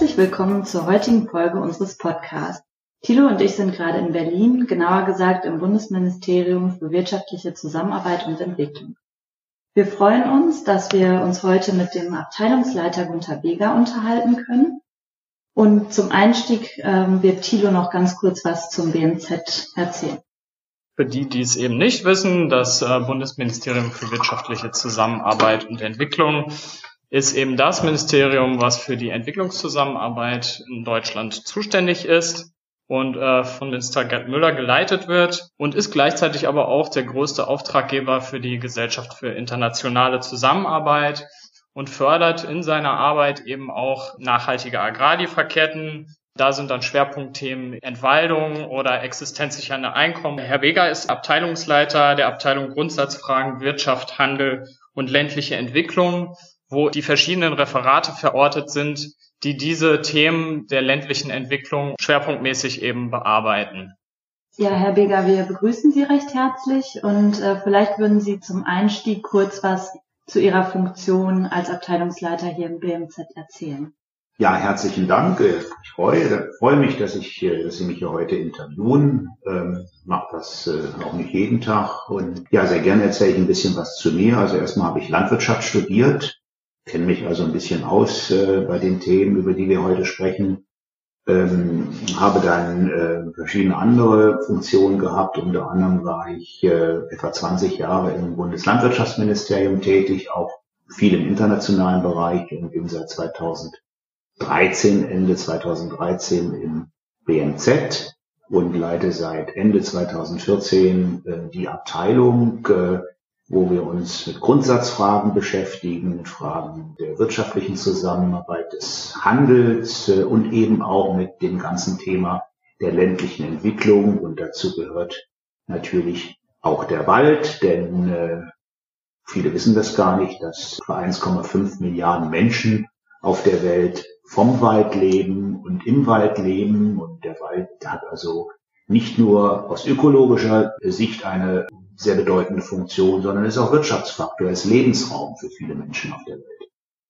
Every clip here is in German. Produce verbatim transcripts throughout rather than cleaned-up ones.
Herzlich willkommen zur heutigen Folge unseres Podcasts. Thilo und ich sind gerade in Berlin, genauer gesagt im Bundesministerium für wirtschaftliche Zusammenarbeit und Entwicklung. Wir freuen uns, dass wir uns heute mit dem Abteilungsleiter Gunter Weger unterhalten können. Und zum Einstieg ähm, wird Thilo noch ganz kurz was zum B M Z erzählen. Für die, die es eben nicht wissen, das äh, Bundesministerium für wirtschaftliche Zusammenarbeit und Entwicklung ist eben das Ministerium, was für die Entwicklungszusammenarbeit in Deutschland zuständig ist und äh, von Minister Gerd Müller geleitet wird und ist gleichzeitig aber auch der größte Auftraggeber für die Gesellschaft für internationale Zusammenarbeit und fördert in seiner Arbeit eben auch nachhaltige Agrarlieferketten. Da sind dann Schwerpunktthemen Entwaldung oder existenzsichernde Einkommen. Herr Weger ist Abteilungsleiter der Abteilung Grundsatzfragen Wirtschaft, Handel und ländliche Entwicklung, wo die verschiedenen Referate verortet sind, die diese Themen der ländlichen Entwicklung schwerpunktmäßig eben bearbeiten. Ja, Herr Weger, wir begrüßen Sie recht herzlich und äh, vielleicht würden Sie zum Einstieg kurz was zu Ihrer Funktion als Abteilungsleiter hier im B M Z erzählen. Ja, herzlichen Dank. Ich freue, freue mich, dass ich, dass Sie mich hier heute interviewen. Ähm, mache das äh, auch nicht jeden Tag. Und ja, sehr gerne erzähle ich ein bisschen was zu mir. Also erstmal habe ich Landwirtschaft studiert, kenne mich also ein bisschen aus äh, bei den Themen, über die wir heute sprechen. Ähm, habe dann äh, verschiedene andere Funktionen gehabt. Unter anderem war ich äh, etwa zwanzig Jahre im Bundeslandwirtschaftsministerium tätig, auch viel im internationalen Bereich und bin seit zweitausenddreizehn, Ende zweitausenddreizehn im B M Z und leite seit Ende zweitausendvierzehn äh, die Abteilung, äh, wo wir uns mit Grundsatzfragen beschäftigen, mit Fragen der wirtschaftlichen Zusammenarbeit, des Handels äh, und eben auch mit dem ganzen Thema der ländlichen Entwicklung. Und dazu gehört natürlich auch der Wald, denn äh, viele wissen das gar nicht, dass etwa eins Komma fünf Milliarden Menschen auf der Welt vom Wald leben und im Wald leben. Und der Wald hat also nicht nur aus ökologischer Sicht eine sehr bedeutende Funktion, sondern ist auch Wirtschaftsfaktor, ist Lebensraum für viele Menschen auf der Welt.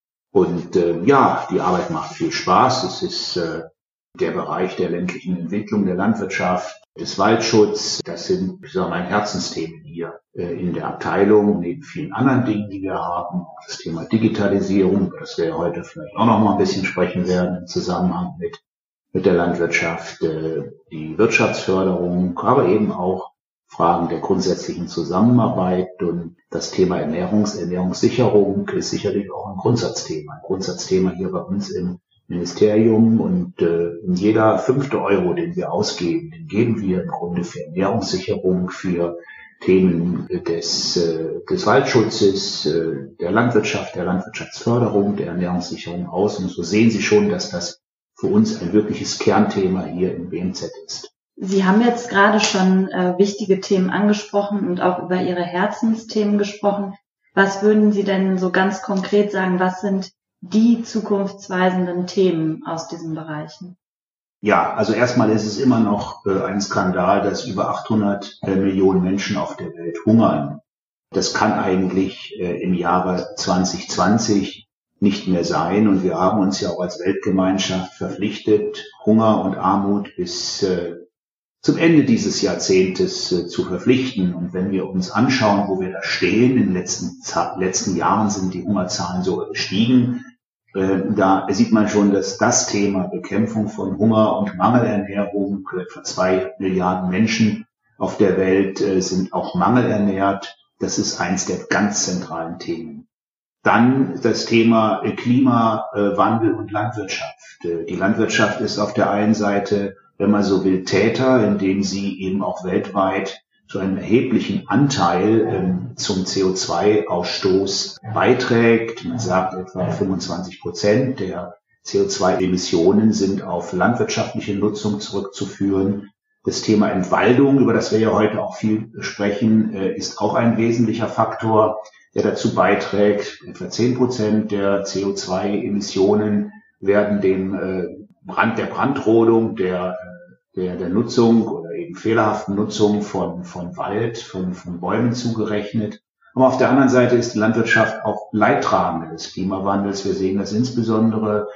Und äh, ja, die Arbeit macht viel Spaß. Es ist äh, der Bereich der ländlichen Entwicklung, der Landwirtschaft, des Waldschutzes. Das sind, ich sage mal, Herzensthemen hier äh, in der Abteilung, neben vielen anderen Dingen, die wir haben. Auch das Thema Digitalisierung, über das wir heute vielleicht auch noch mal ein bisschen sprechen werden im Zusammenhang mit, mit der Landwirtschaft, äh, die Wirtschaftsförderung, aber eben auch Fragen der grundsätzlichen Zusammenarbeit. Und das Thema Ernährungs-, Ernährungssicherung ist sicherlich auch ein Grundsatzthema. Ein Grundsatzthema hier bei uns im Ministerium. Und äh, jeder fünfte Euro, den wir ausgeben, den geben wir im Grunde für Ernährungssicherung, für Themen des, äh, des Waldschutzes, äh, der Landwirtschaft, der Landwirtschaftsförderung, der Ernährungssicherung aus. Und so sehen Sie schon, dass das für uns ein wirkliches Kernthema hier im B M Z ist. Sie haben jetzt gerade schon äh, wichtige Themen angesprochen und auch über Ihre Herzensthemen gesprochen. Was würden Sie denn so ganz konkret sagen, was sind die zukunftsweisenden Themen aus diesen Bereichen? Ja, also erstmal ist es immer noch äh, ein Skandal, dass über achthundert äh, Millionen Menschen auf der Welt hungern. Das kann eigentlich äh, im Jahre zwanzig zwanzig nicht mehr sein. Und wir haben uns ja auch als Weltgemeinschaft verpflichtet, Hunger und Armut bis äh, zum Ende dieses Jahrzehntes äh, zu verpflichten. Und wenn wir uns anschauen, wo wir da stehen, in den letzten, letzten Jahren sind die Hungerzahlen so gestiegen, äh, da sieht man schon, dass das Thema Bekämpfung von Hunger und Mangelernährung, etwa zwei Milliarden Menschen auf der Welt äh, sind auch mangelernährt. Das ist eins der ganz zentralen Themen. Dann das Thema Klimawandel und Landwirtschaft. Die Landwirtschaft ist auf der einen Seite, wenn man so will, Täter, indem sie eben auch weltweit zu einem erheblichen Anteil ähm, zum C O zwei Ausstoß beiträgt. Man sagt, etwa fünfundzwanzig Prozent der C O zwei Emissionen sind auf landwirtschaftliche Nutzung zurückzuführen. Das Thema Entwaldung, über das wir ja heute auch viel sprechen, äh, ist auch ein wesentlicher Faktor, der dazu beiträgt. Etwa zehn Prozent der C O zwei Emissionen werden dem äh, Brand, der Brandrodung, der, der, der Nutzung oder eben fehlerhaften Nutzung von, von Wald, von, von Bäumen zugerechnet. Aber auf der anderen Seite ist die Landwirtschaft auch Leidtragende des Klimawandels. Wir sehen das insbesondere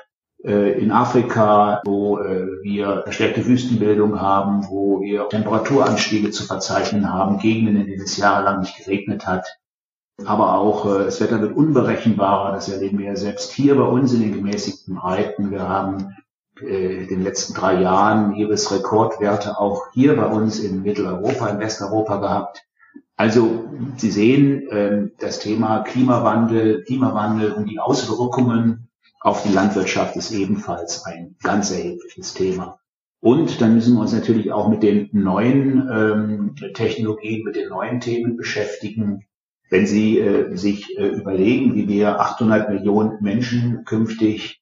in Afrika, wo wir verstärkte Wüstenbildung haben, wo wir Temperaturanstiege zu verzeichnen haben, Gegenden, in denen es jahrelang nicht geregnet hat. Aber auch das Wetter wird unberechenbarer, das erleben wir ja selbst hier bei uns in den gemäßigten Breiten. Wir haben in den letzten drei Jahren jeweils Rekordwerte auch hier bei uns in Mitteleuropa, in Westeuropa gehabt. Also Sie sehen, das Thema Klimawandel, Klimawandel und die Auswirkungen auf die Landwirtschaft ist ebenfalls ein ganz erhebliches Thema. Und dann müssen wir uns natürlich auch mit den neuen ähm, Technologien, mit den neuen Themen beschäftigen. Wenn Sie äh, sich äh, überlegen, wie wir achthundert Millionen Menschen künftig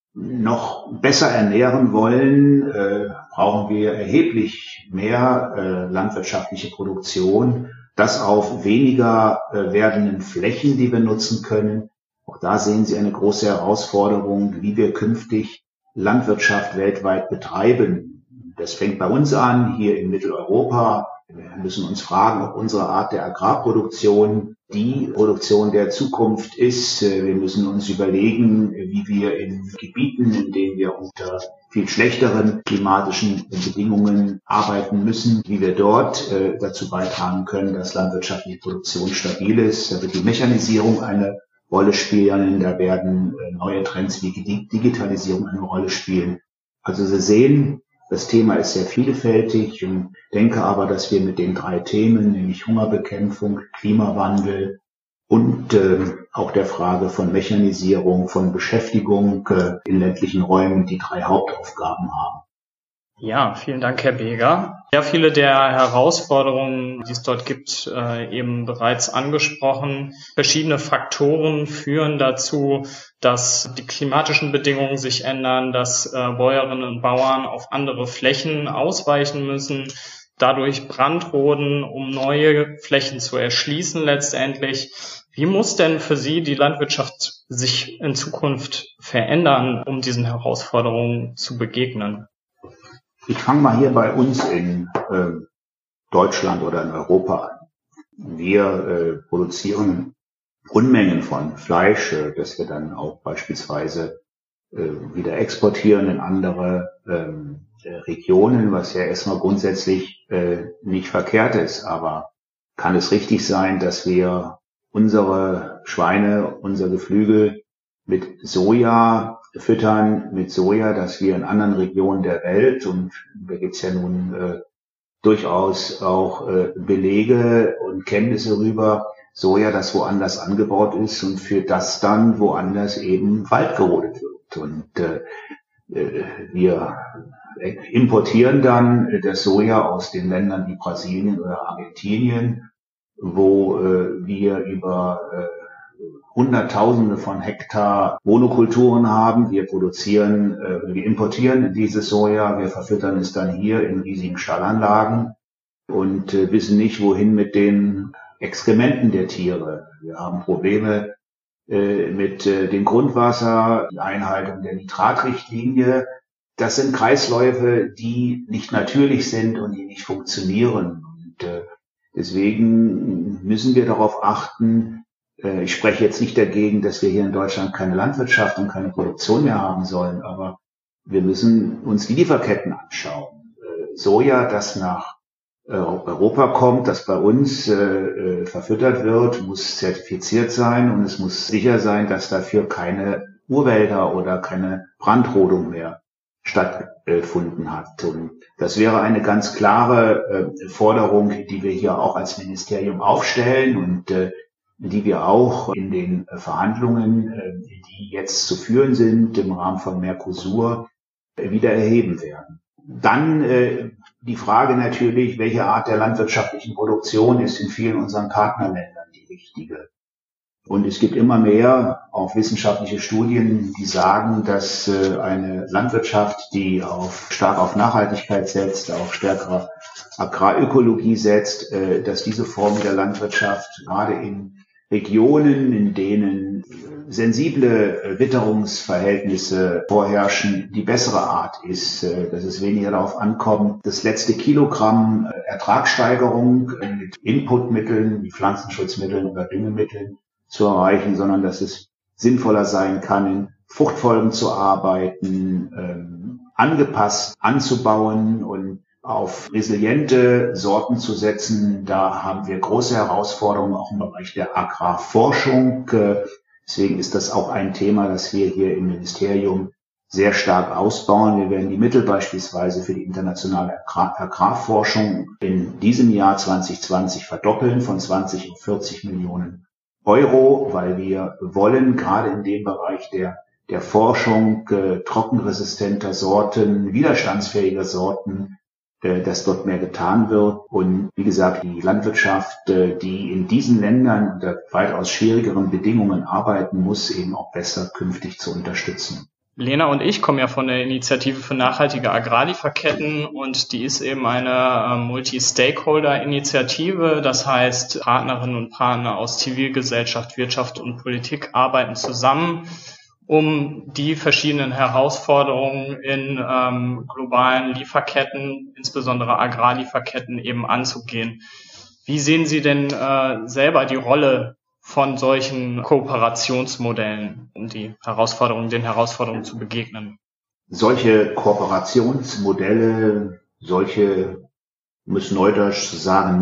noch besser ernähren wollen, äh, brauchen wir erheblich mehr äh, landwirtschaftliche Produktion, das auf weniger äh, werdenden Flächen, die wir nutzen können. Auch da sehen Sie eine große Herausforderung, wie wir künftig Landwirtschaft weltweit betreiben. Das fängt bei uns an, hier in Mitteleuropa. Wir müssen uns fragen, ob unsere Art der Agrarproduktion die Produktion der Zukunft ist. Wir müssen uns überlegen, wie wir in Gebieten, in denen wir unter viel schlechteren klimatischen Bedingungen arbeiten müssen, wie wir dort äh, dazu beitragen können, dass landwirtschaftliche Produktion stabil ist. Da wird die Mechanisierung eine Rolle spielen, da werden äh, neue Trends wie die Digitalisierung eine Rolle spielen. Also Sie sehen, das Thema ist sehr vielfältig und denke aber, dass wir mit den drei Themen, nämlich Hungerbekämpfung, Klimawandel und äh, auch der Frage von Mechanisierung, von Beschäftigung äh, in ländlichen Räumen die drei Hauptaufgaben haben. Ja, vielen Dank, Herr Beger. Ja, viele der Herausforderungen, die es dort gibt, äh, eben bereits angesprochen. Verschiedene Faktoren führen dazu, dass die klimatischen Bedingungen sich ändern, dass äh, Bäuerinnen und Bauern auf andere Flächen ausweichen müssen, dadurch Brandroden, um neue Flächen zu erschließen letztendlich. Wie muss denn für Sie die Landwirtschaft sich in Zukunft verändern, um diesen Herausforderungen zu begegnen? Ich fange mal hier bei uns in äh, Deutschland oder in Europa an. Wir äh, produzieren Unmengen von Fleisch, äh, das wir dann auch beispielsweise äh, wieder exportieren in andere äh, Regionen, was ja erstmal grundsätzlich äh, nicht verkehrt ist. Aber kann es richtig sein, dass wir unsere Schweine, unser Geflügel mit Soja füttern, mit Soja, dass wir in anderen Regionen der Welt, und da gibt es ja nun äh, durchaus auch äh, Belege und Kenntnisse rüber, Soja, das woanders angebaut ist und für das dann woanders eben Wald gerodet wird. Und äh, wir importieren dann das Soja aus den Ländern wie Brasilien oder Argentinien, wo äh, wir über äh, Hunderttausende von Hektar Monokulturen haben. Wir produzieren, äh, wir importieren dieses Soja, wir verfüttern es dann hier in riesigen Stallanlagen und äh, wissen nicht, wohin mit den Exkrementen der Tiere. Wir haben Probleme äh, mit äh, dem Grundwasser, die Einhaltung der Nitratrichtlinie. Das sind Kreisläufe, die nicht natürlich sind und die nicht funktionieren. Und äh, deswegen müssen wir darauf achten. Ich spreche jetzt nicht dagegen, dass wir hier in Deutschland keine Landwirtschaft und keine Produktion mehr haben sollen, aber wir müssen uns die Lieferketten anschauen. Soja, das nach Europa kommt, das bei uns äh, verfüttert wird, muss zertifiziert sein und es muss sicher sein, dass dafür keine Urwälder oder keine Brandrodung mehr stattgefunden hat. Und das wäre eine ganz klare äh, Forderung, die wir hier auch als Ministerium aufstellen und äh, die wir auch in den Verhandlungen, die jetzt zu führen sind, im Rahmen von Mercosur, wieder erheben werden. Dann äh, die Frage natürlich, welche Art der landwirtschaftlichen Produktion ist in vielen unseren Partnerländern die richtige. Und es gibt immer mehr auch wissenschaftliche Studien, die sagen, dass äh, eine Landwirtschaft, die auf, stark auf Nachhaltigkeit setzt, auf stärkere Agrarökologie setzt, äh, dass diese Form der Landwirtschaft gerade in Regionen, in denen sensible Witterungsverhältnisse vorherrschen, die bessere Art ist, dass es weniger darauf ankommt, das letzte Kilogramm Ertragssteigerung mit Inputmitteln, wie Pflanzenschutzmitteln oder Düngemitteln zu erreichen, sondern dass es sinnvoller sein kann, in Fruchtfolgen zu arbeiten, ähm, angepasst anzubauen und auf resiliente Sorten zu setzen. Da haben wir große Herausforderungen auch im Bereich der Agrarforschung. Äh, deswegen ist das auch ein Thema, das wir hier im Ministerium sehr stark ausbauen. Wir werden die Mittel beispielsweise für die internationale Agrar- Agrarforschung in diesem Jahr zwanzig zwanzig verdoppeln von zwanzig auf vierzig Millionen Euro, weil wir wollen gerade in dem Bereich der der Forschung äh, trockenresistenter Sorten, widerstandsfähiger Sorten, äh, dass dort mehr getan wird. Und wie gesagt, die Landwirtschaft, äh, die in diesen Ländern unter weitaus schwierigeren Bedingungen arbeiten muss, eben auch besser künftig zu unterstützen. Lena und ich kommen ja von der Initiative für nachhaltige Agrarlieferketten und die ist eben eine äh, Multi-Stakeholder-Initiative. Das heißt, Partnerinnen und Partner aus Zivilgesellschaft, Wirtschaft und Politik arbeiten zusammen, um die verschiedenen Herausforderungen in ähm, globalen Lieferketten, insbesondere Agrarlieferketten, eben anzugehen. Wie sehen Sie denn äh, selber die Rolle von solchen Kooperationsmodellen, um die Herausforderungen, den Herausforderungen zu begegnen? Solche Kooperationsmodelle, solche, um es neudeutsch zu sagen,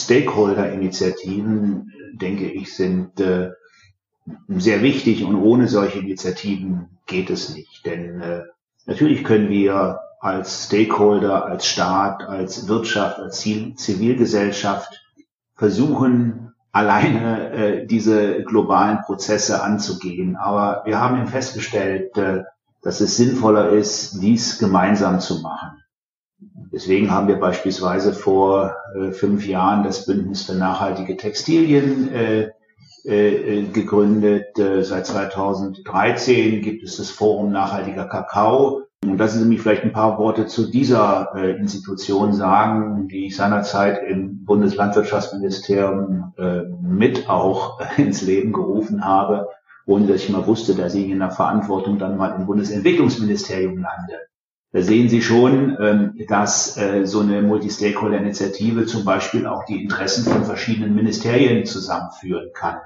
Multi-Stakeholder-Initiativen, denke ich, sind äh, sehr wichtig und ohne solche Initiativen geht es nicht. Denn äh, natürlich können wir als Stakeholder, als Staat, als Wirtschaft, als Zivilgesellschaft versuchen, alleine äh, diese globalen Prozesse anzugehen. Aber wir haben eben festgestellt, äh, dass es sinnvoller ist, dies gemeinsam zu machen. Deswegen haben wir beispielsweise vor äh, fünf Jahren das Bündnis für nachhaltige Textilien äh, äh, gegründet. Äh, seit zweitausenddreizehn gibt es das Forum Nachhaltiger Kakao. Und lassen Sie mich vielleicht ein paar Worte zu dieser äh, Institution sagen, die ich seinerzeit im Bundeslandwirtschaftsministerium äh, mit auch äh, ins Leben gerufen habe, ohne dass ich mal wusste, dass ich in der Verantwortung dann mal im Bundesentwicklungsministerium lande. Da sehen Sie schon, ähm, dass äh, so eine Multi-Stakeholder-Initiative zum Beispiel auch die Interessen von verschiedenen Ministerien zusammenführen kann.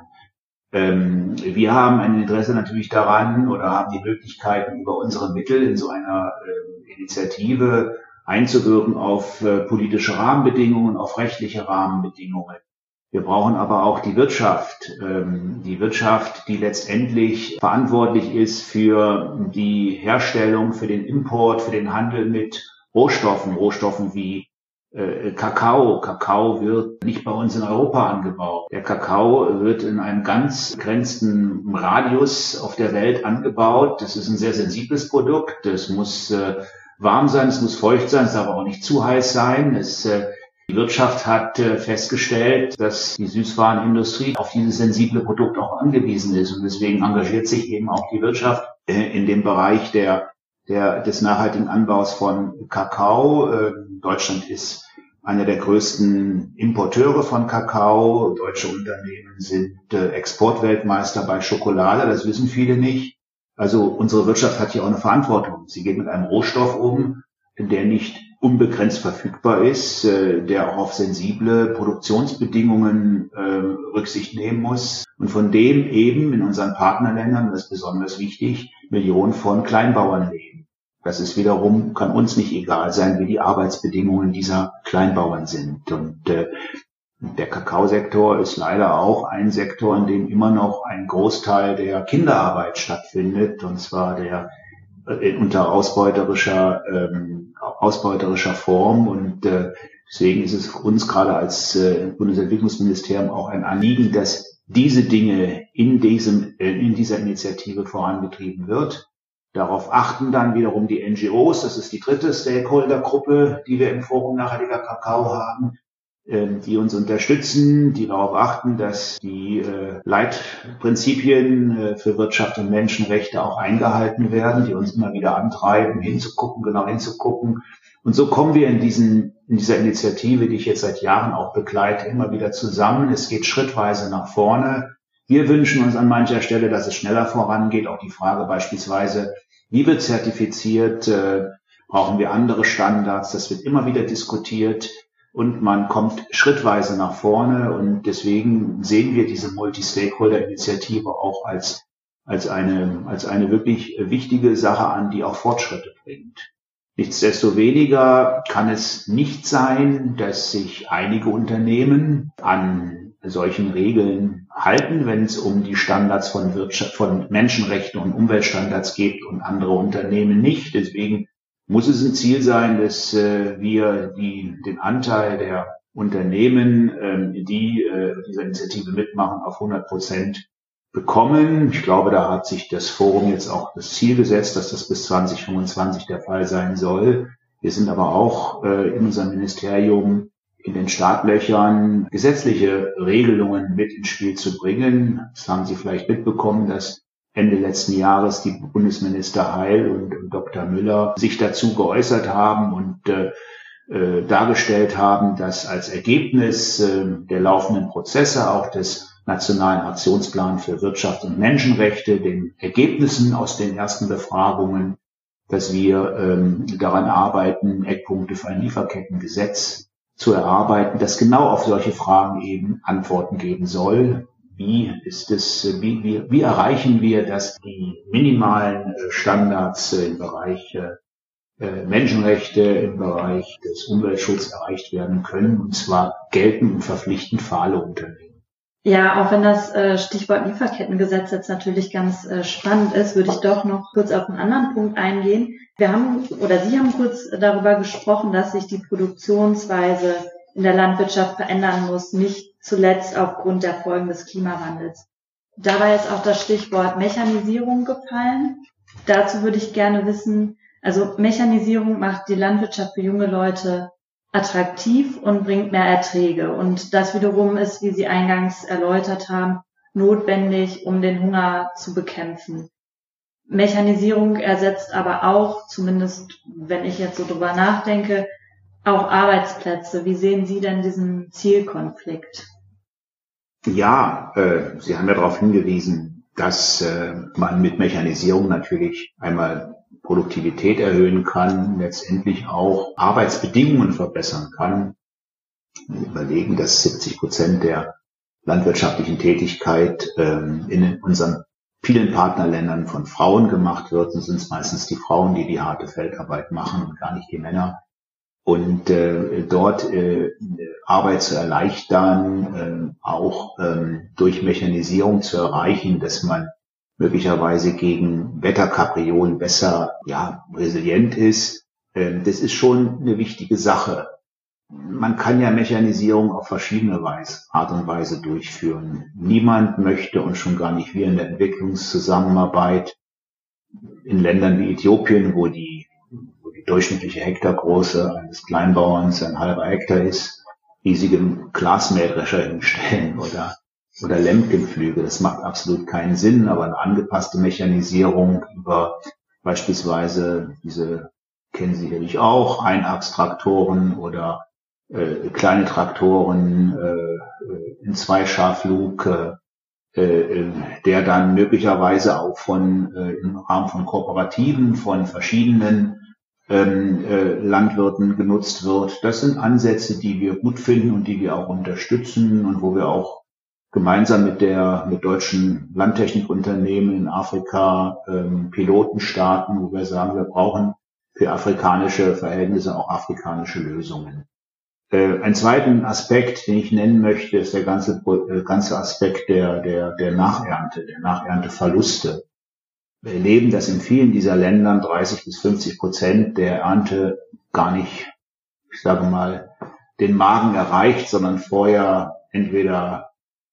Ähm, wir haben ein Interesse natürlich daran oder haben die Möglichkeiten, über unsere Mittel in so einer äh, Initiative einzuwirken auf äh, politische Rahmenbedingungen, auf rechtliche Rahmenbedingungen. Wir brauchen aber auch die Wirtschaft, ähm, die Wirtschaft, die letztendlich verantwortlich ist für die Herstellung, für den Import, für den Handel mit Rohstoffen, Rohstoffen wie Äh, Kakao. Kakao wird nicht bei uns in Europa angebaut. Der Kakao wird in einem ganz begrenzten Radius auf der Welt angebaut. Das ist ein sehr sensibles Produkt. Es muss äh, warm sein, es muss feucht sein, es darf aber auch nicht zu heiß sein. Es, äh, die Wirtschaft hat äh, festgestellt, dass die Süßwarenindustrie auf dieses sensible Produkt auch angewiesen ist. Und deswegen engagiert sich eben auch die Wirtschaft äh, in dem Bereich der Der, des nachhaltigen Anbaus von Kakao. Äh, Deutschland ist einer der größten Importeure von Kakao. Deutsche Unternehmen sind äh, Exportweltmeister bei Schokolade, das wissen viele nicht. Also unsere Wirtschaft hat hier auch eine Verantwortung. Sie geht mit einem Rohstoff um, der nicht unbegrenzt verfügbar ist, äh, der auch auf sensible Produktionsbedingungen äh, Rücksicht nehmen muss und von dem eben in unseren Partnerländern, das ist besonders wichtig, Millionen von Kleinbauern leben. Das ist wiederum, kann uns nicht egal sein, wie die Arbeitsbedingungen dieser Kleinbauern sind. Und äh, der Kakaosektor ist leider auch ein Sektor, in dem immer noch ein Großteil der Kinderarbeit stattfindet, und zwar der äh, unter ausbeuterischer ähm, ausbeuterischer Form. Und äh, deswegen ist es uns gerade als äh, Bundesentwicklungsministerium auch ein Anliegen, dass diese Dinge in diesem äh, in dieser Initiative vorangetrieben wird. Darauf achten dann wiederum die N G Os, das ist die dritte Stakeholder-Gruppe, die wir im Forum Nachhaltiger Kakao haben, äh, die uns unterstützen, die darauf achten, dass die äh, Leitprinzipien äh, für Wirtschaft und Menschenrechte auch eingehalten werden, die uns immer wieder antreiben, hinzugucken, genau hinzugucken. Und so kommen wir in diesen in dieser Initiative, die ich jetzt seit Jahren auch begleite, immer wieder zusammen. Es geht schrittweise nach vorne. Wir wünschen uns an mancher Stelle, dass es schneller vorangeht. Auch die Frage beispielsweise, wie wird zertifiziert? Äh, brauchen wir andere Standards? Das wird immer wieder diskutiert und man kommt schrittweise nach vorne. Und deswegen sehen wir diese Multi-Stakeholder-Initiative auch als als eine, als eine wirklich wichtige Sache an, die auch Fortschritte bringt. Nichtsdestoweniger kann es nicht sein, dass sich einige Unternehmen an solchen Regeln halten, wenn es um die Standards von Wirtschaft, von Menschenrechten und Umweltstandards geht und andere Unternehmen nicht. Deswegen muss es ein Ziel sein, dass äh, wir die, den Anteil der Unternehmen, ähm, die äh, dieser Initiative mitmachen, auf hundert Prozent bekommen. Ich glaube, da hat sich das Forum jetzt auch das Ziel gesetzt, dass das bis zwanzig fünfundzwanzig der Fall sein soll. Wir sind aber auch äh, in unserem Ministerium in den Startlöchern, gesetzliche Regelungen mit ins Spiel zu bringen. Das haben Sie vielleicht mitbekommen, dass Ende letzten Jahres die Bundesminister Heil und, und Doktor Müller sich dazu geäußert haben und äh, äh, dargestellt haben, dass als Ergebnis äh, der laufenden Prozesse auch des Nationalen Aktionsplan für Wirtschaft und Menschenrechte, den Ergebnissen aus den ersten Befragungen, dass wir ähm, daran arbeiten, Eckpunkte für ein Lieferkettengesetz zu erarbeiten, das genau auf solche Fragen eben Antworten geben soll. Wie ist es, wie, wie, wie erreichen wir, dass die minimalen Standards im Bereich äh, Menschenrechte, im Bereich des Umweltschutzes erreicht werden können, und zwar geltend und verpflichtend für alle Unternehmen? Ja, auch wenn das äh, Stichwort Lieferkettengesetz jetzt natürlich ganz äh, spannend ist, würde ich doch noch kurz auf einen anderen Punkt eingehen. Wir haben, oder Sie haben kurz darüber gesprochen, dass sich die Produktionsweise in der Landwirtschaft verändern muss, nicht zuletzt aufgrund der Folgen des Klimawandels. Da war jetzt auch das Stichwort Mechanisierung gefallen. Dazu würde ich gerne wissen, also Mechanisierung macht die Landwirtschaft für junge Leute attraktiv und bringt mehr Erträge. Und das wiederum ist, wie Sie eingangs erläutert haben, notwendig, um den Hunger zu bekämpfen. Mechanisierung ersetzt aber auch, zumindest wenn ich jetzt so drüber nachdenke, auch Arbeitsplätze. Wie sehen Sie denn diesen Zielkonflikt? Ja, äh, Sie haben ja darauf hingewiesen, dass äh, man mit Mechanisierung natürlich einmal Produktivität erhöhen kann, letztendlich auch Arbeitsbedingungen verbessern kann. Wir überlegen, dass siebzig Prozent der landwirtschaftlichen Tätigkeit ähm, in unseren vielen Partnerländern von Frauen gemacht wird. Und sind es meistens die Frauen, die die harte Feldarbeit machen und gar nicht die Männer. Und äh, dort äh, Arbeit zu erleichtern, äh, auch äh, durch Mechanisierung zu erreichen, dass man möglicherweise gegen Wetterkapriolen besser, ja, resilient ist. Äh, das ist schon eine wichtige Sache. Man kann ja Mechanisierung auf verschiedene Weise, Art und Weise durchführen. Niemand möchte, und schon gar nicht wir in der Entwicklungszusammenarbeit in Ländern wie Äthiopien, wo die die durchschnittliche Hektargröße eines Kleinbauerns ein halber Hektar ist, riesige Glasmähdrescher hinstellen oder, oder Lemkenflüge. Das macht absolut keinen Sinn, aber eine angepasste Mechanisierung über beispielsweise diese, kennen Sie sicherlich auch, Einachstraktoren oder äh, kleine Traktoren äh, in Zweischarflug, äh, äh, der dann möglicherweise auch von äh, im Rahmen von Kooperativen von verschiedenen Ähm, äh, Landwirten genutzt wird. Das sind Ansätze, die wir gut finden und die wir auch unterstützen und wo wir auch gemeinsam mit der mit deutschen Landtechnikunternehmen in Afrika ähm, Piloten starten, wo wir sagen, wir brauchen für afrikanische Verhältnisse auch afrikanische Lösungen. Äh, ein zweiten Aspekt, den ich nennen möchte, ist der ganze äh, ganze Aspekt der der der Nachernte, der Nachernteverluste. Wir erleben, dass in vielen dieser Ländern dreißig bis fünfzig Prozent der Ernte gar nicht, ich sage mal, den Magen erreicht, sondern vorher entweder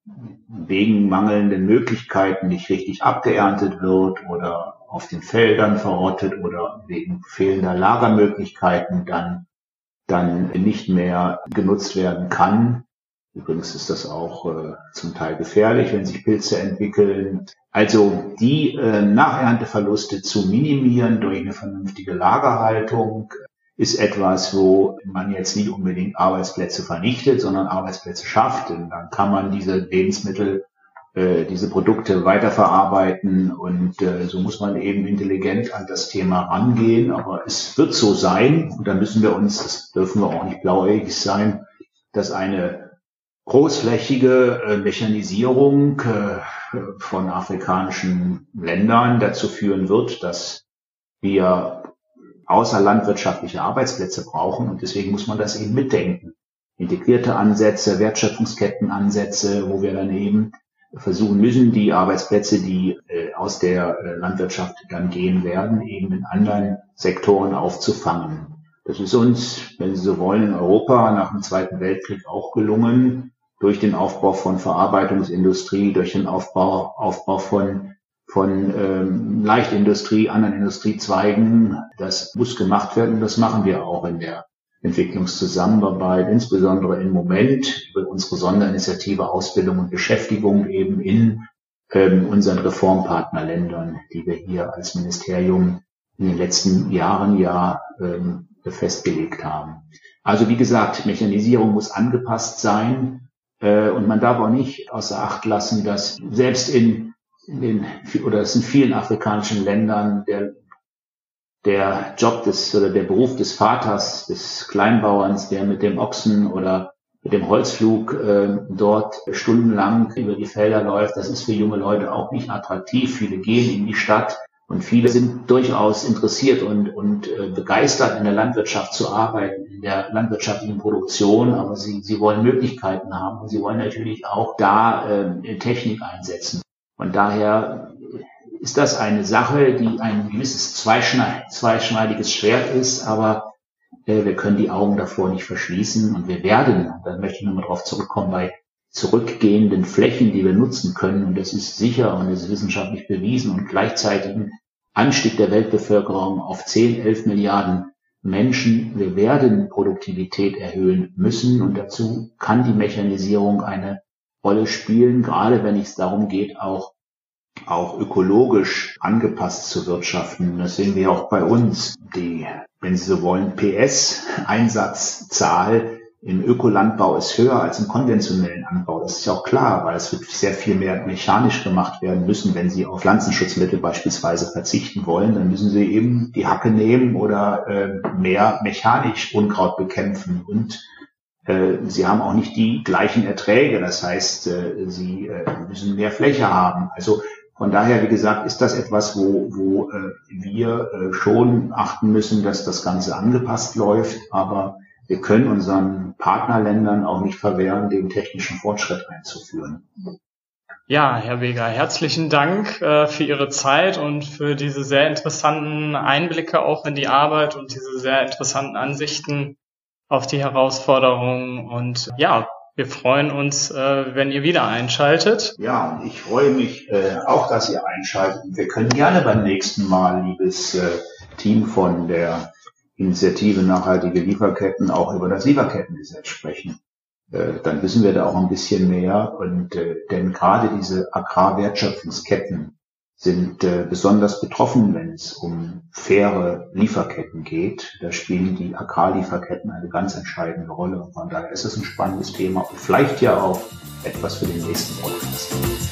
wegen mangelnden Möglichkeiten nicht richtig abgeerntet wird oder auf den Feldern verrottet oder wegen fehlender Lagermöglichkeiten dann, dann nicht mehr genutzt werden kann. Übrigens ist das auch äh, zum Teil gefährlich, wenn sich Pilze entwickeln. Also die äh, Nachernteverluste zu minimieren durch eine vernünftige Lagerhaltung ist etwas, wo man jetzt nicht unbedingt Arbeitsplätze vernichtet, sondern Arbeitsplätze schafft. Und dann kann man diese Lebensmittel, äh, diese Produkte weiterverarbeiten und äh, so muss man eben intelligent an das Thema rangehen. Aber es wird so sein, und da müssen wir uns, das dürfen wir auch nicht blauäugig sein, dass eine großflächige äh, Mechanisierung äh, von afrikanischen Ländern dazu führen wird, dass wir außerlandwirtschaftliche Arbeitsplätze brauchen. Und deswegen muss man das eben mitdenken. Integrierte Ansätze, Wertschöpfungskettenansätze, wo wir dann eben versuchen müssen, die Arbeitsplätze, die äh, aus der äh, Landwirtschaft dann gehen werden, eben in anderen Sektoren aufzufangen. Das ist uns, wenn Sie so wollen, in Europa nach dem Zweiten Weltkrieg auch gelungen, durch den Aufbau von Verarbeitungsindustrie, durch den Aufbau, Aufbau von, von ähm, Leichtindustrie, anderen Industriezweigen. Das muss gemacht werden und das machen wir auch in der Entwicklungszusammenarbeit, insbesondere im Moment über unsere Sonderinitiative Ausbildung und Beschäftigung eben in ähm, unseren Reformpartnerländern, die wir hier als Ministerium in den letzten Jahren ja ähm, festgelegt haben. Also wie gesagt, Mechanisierung muss angepasst sein äh, und man darf auch nicht außer Acht lassen, dass selbst in, in den oder es in vielen afrikanischen Ländern der der Job des oder der Beruf des Vaters, des Kleinbauerns, der mit dem Ochsen oder mit dem Holzflug äh, dort stundenlang über die Felder läuft, das ist für junge Leute auch nicht attraktiv. Viele gehen in die Stadt und viele sind durchaus interessiert und, und äh, begeistert, in der Landwirtschaft zu arbeiten, in der landwirtschaftlichen Produktion, aber sie, sie wollen Möglichkeiten haben und sie wollen natürlich auch da äh, Technik einsetzen. Von daher ist das eine Sache, die ein gewisses zweischneid, zweischneidiges Schwert ist, aber äh, wir können die Augen davor nicht verschließen und wir werden, da möchte ich nochmal drauf zurückkommen, bei zurückgehenden Flächen, die wir nutzen können, und das ist sicher und das ist wissenschaftlich bewiesen, und gleichzeitigen Anstieg der Weltbevölkerung auf zehn, elf Milliarden Menschen. Wir werden Produktivität erhöhen müssen und dazu kann die Mechanisierung eine Rolle spielen, gerade wenn es darum geht, auch auch ökologisch angepasst zu wirtschaften. Das sehen wir auch bei uns. Die, wenn Sie so wollen, P S-Einsatzzahl im Ökolandbau ist höher als im konventionellen Anbau. Das ist ja auch klar, weil es wird sehr viel mehr mechanisch gemacht werden müssen. Wenn Sie auf Pflanzenschutzmittel beispielsweise verzichten wollen, dann müssen Sie eben die Hacke nehmen oder äh, mehr mechanisch Unkraut bekämpfen. Und äh, Sie haben auch nicht die gleichen Erträge. Das heißt, äh, Sie äh, müssen mehr Fläche haben. Also von daher, wie gesagt, ist das etwas, wo, wo äh, wir äh, schon achten müssen, dass das Ganze angepasst läuft. Aber wir können unseren Partnerländern auch nicht verwehren, den technischen Fortschritt einzuführen. Ja, Herr Weger, herzlichen Dank äh, für Ihre Zeit und für diese sehr interessanten Einblicke auch in die Arbeit und diese sehr interessanten Ansichten auf die Herausforderungen. Und ja, wir freuen uns, äh, wenn ihr wieder einschaltet. Ja, und ich freue mich äh, auch, dass ihr einschaltet. Wir können gerne beim nächsten Mal, liebes äh, Team von der Initiative Nachhaltige Lieferketten, auch über das Lieferkettengesetz sprechen. Äh, dann wissen wir da auch ein bisschen mehr. Und äh, denn gerade diese Agrarwertschöpfungsketten sind äh, besonders betroffen, wenn es um faire Lieferketten geht. Da spielen die Agrarlieferketten eine ganz entscheidende Rolle. Und von daher ist es ein spannendes Thema und vielleicht ja auch etwas für den nächsten Podcast.